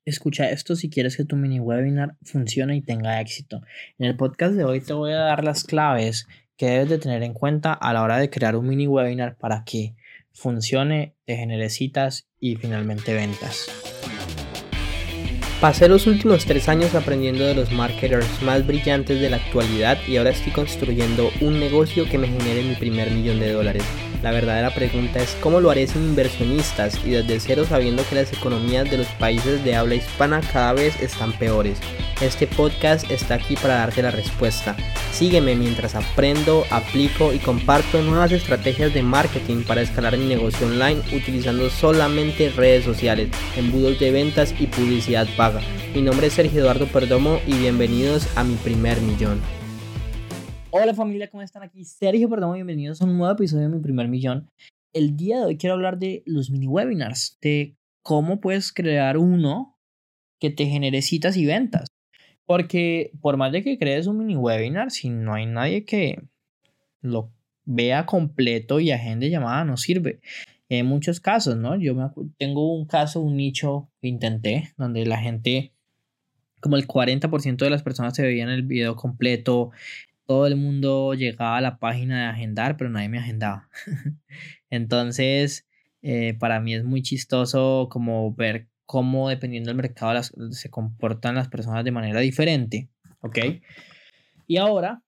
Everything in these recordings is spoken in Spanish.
escucha esto si quieres que tu mini webinar funcione y tenga éxito. En el podcast de hoy te voy a dar las claves que debes de tener en cuenta a la hora de crear un mini webinar para que funcione, te genere citas y finalmente ventas. Pasé los últimos 3 años aprendiendo de los marketers más brillantes de la actualidad y ahora estoy construyendo un negocio que me genere mi primer $1.000.000. La verdadera pregunta es cómo lo haré sin inversionistas y desde cero sabiendo que las economías de los países de habla hispana cada vez están peores. Este podcast está aquí para darte la respuesta. Sígueme mientras aprendo, aplico y comparto nuevas estrategias de marketing para escalar mi negocio online utilizando solamente redes sociales, embudos de ventas y publicidad paga. Mi nombre es Sergio Eduardo Perdomo y bienvenidos a mi primer millón. Hola familia, ¿cómo están? Aquí Sergio Perdomo, bienvenidos a un nuevo episodio de mi primer millón. El día de hoy quiero hablar de los mini webinars, de cómo puedes crear uno que te genere citas y ventas. Porque por más de que crees un mini webinar, si no hay nadie que lo vea completo y agende llamada, no sirve. En muchos casos, ¿no? Tengo un caso, un nicho que intenté, donde la gente, como el 40% de las personas se veían el video completo, todo el mundo llegaba a la página de agendar, pero nadie me agendaba. Entonces, para mí es muy chistoso como ver cómo dependiendo del mercado se comportan las personas de manera diferente, ¿ok? Y ahora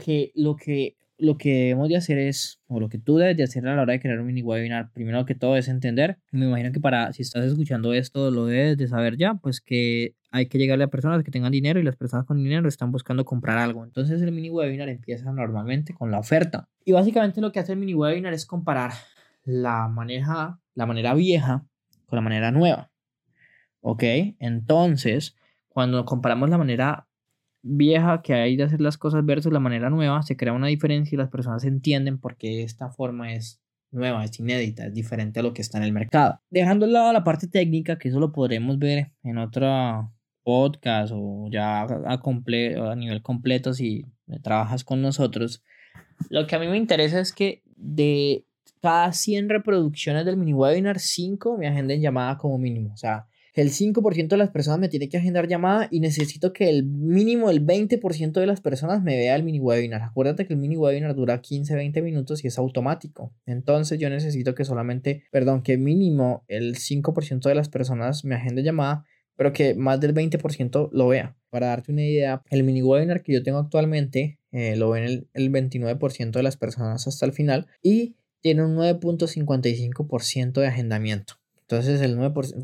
lo que debemos de hacer es, o lo que tú debes de hacer a la hora de crear un mini webinar, primero que todo es entender, me imagino que si estás escuchando esto, lo debes de saber ya, pues que hay que llegarle a personas que tengan dinero y las personas con dinero están buscando comprar algo. Entonces el mini webinar empieza normalmente con la oferta. Y básicamente lo que hace el mini webinar es comparar la manera vieja con la manera nueva. ¿Ok? Entonces, cuando comparamos la manera vieja que hay de hacer las cosas versus la manera nueva, se crea una diferencia y las personas entienden por qué esta forma es nueva, es inédita, es diferente a lo que está en el mercado. Dejando de lado la parte técnica, que eso lo podremos ver en otro podcast o ya a nivel completo si trabajas con nosotros. Lo que a mí me interesa es que de cada 100 reproducciones del mini webinar, 5 me agenden llamada como mínimo. O sea, el 5% de las personas me tiene que agendar llamada y necesito que el mínimo el 20% de las personas me vea el mini webinar. Acuérdate que el mini webinar dura 15-20 minutos y es automático. Entonces yo necesito que mínimo el 5% de las personas me agende llamada, pero que más del 20% lo vea. Para darte una idea, el mini webinar que yo tengo actualmente lo ven el 29% de las personas hasta el final y tiene un 9.55% de agendamiento. Entonces el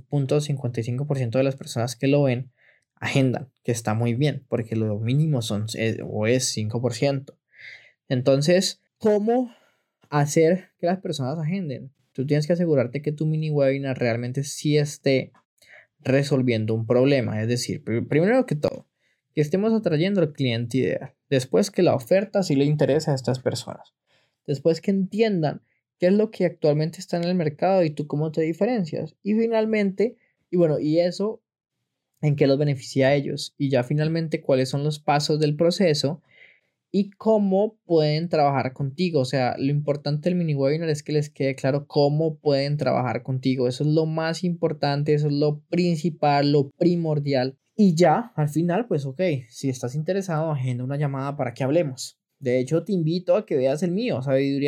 9.55% de las personas que lo ven agendan, que está muy bien, porque lo mínimo es 5%. Entonces, ¿cómo hacer que las personas agenden? Tú tienes que asegurarte que tu mini webinar realmente sí esté resolviendo un problema. Es decir, primero que todo, que estemos atrayendo al cliente ideal. Después que la oferta sí le interesa a estas personas. Después que entiendan qué es lo que actualmente está en el mercado y tú cómo te diferencias. Y finalmente, y eso en qué los beneficia a ellos. Y ya finalmente cuáles son los pasos del proceso y cómo pueden trabajar contigo. O sea, lo importante del mini webinar es que les quede claro cómo pueden trabajar contigo. Eso es lo más importante, eso es lo principal, lo primordial. Y ya, al final, pues ok, si estás interesado, agenda una llamada para que hablemos. De hecho, te invito a que veas el mío,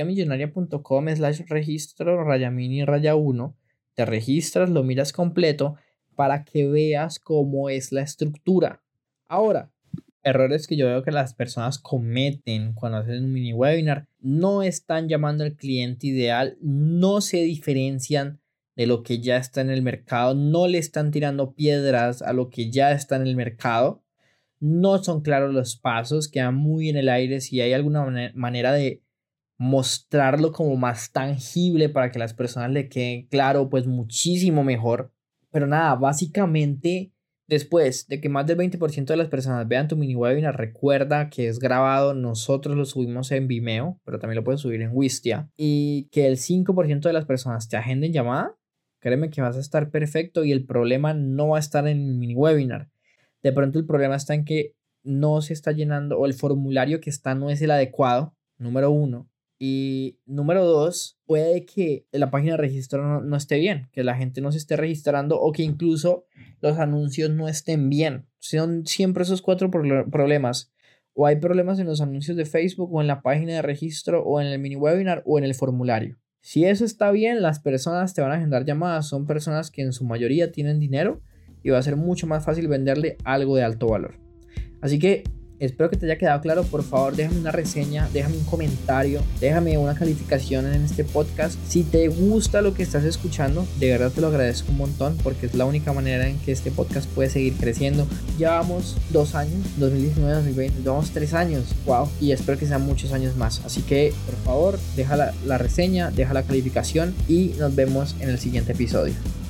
sabiduriamillonaria.com/registro_mini-1. Te registras, lo miras completo para que veas cómo es la estructura. Ahora, errores que yo veo que las personas cometen cuando hacen un mini webinar, no están llamando al cliente ideal, no se diferencian de lo que ya está en el mercado, no le están tirando piedras a lo que ya está en el mercado, no son claros los pasos, quedan muy en el aire. Si hay alguna manera de mostrarlo como más tangible para que las personas le queden claro, pues muchísimo mejor. Pero nada, básicamente después de que más del 20% de las personas vean tu mini webinar, recuerda que es grabado, nosotros lo subimos en Vimeo, pero también lo puedes subir en Wistia, y que el 5% de las personas te agenden llamada, créeme que vas a estar perfecto y el problema no va a estar en el mini webinar. De pronto el problema está en que no se está llenando o el formulario que está no es el adecuado, número uno. Y número 2, puede que la página de registro no esté bien, que la gente no se esté registrando o que incluso los anuncios no estén bien. Son siempre esos 4 problemas. O hay problemas en los anuncios de Facebook o en la página de registro o en el mini webinar o en el formulario. Si eso está bien, las personas te van a agendar llamadas. Son personas que en su mayoría tienen dinero y va a ser mucho más fácil venderle algo de alto valor. Así que espero que te haya quedado claro. Por favor, déjame una reseña, déjame un comentario, déjame una calificación en este podcast. Si te gusta lo que estás escuchando, de verdad te lo agradezco un montón porque es la única manera en que este podcast puede seguir creciendo. Llevamos 2 años, 2019, 2020, llevamos 3 años. Wow, y espero que sean muchos años más. Así que, por favor, deja la reseña, deja la calificación y nos vemos en el siguiente episodio.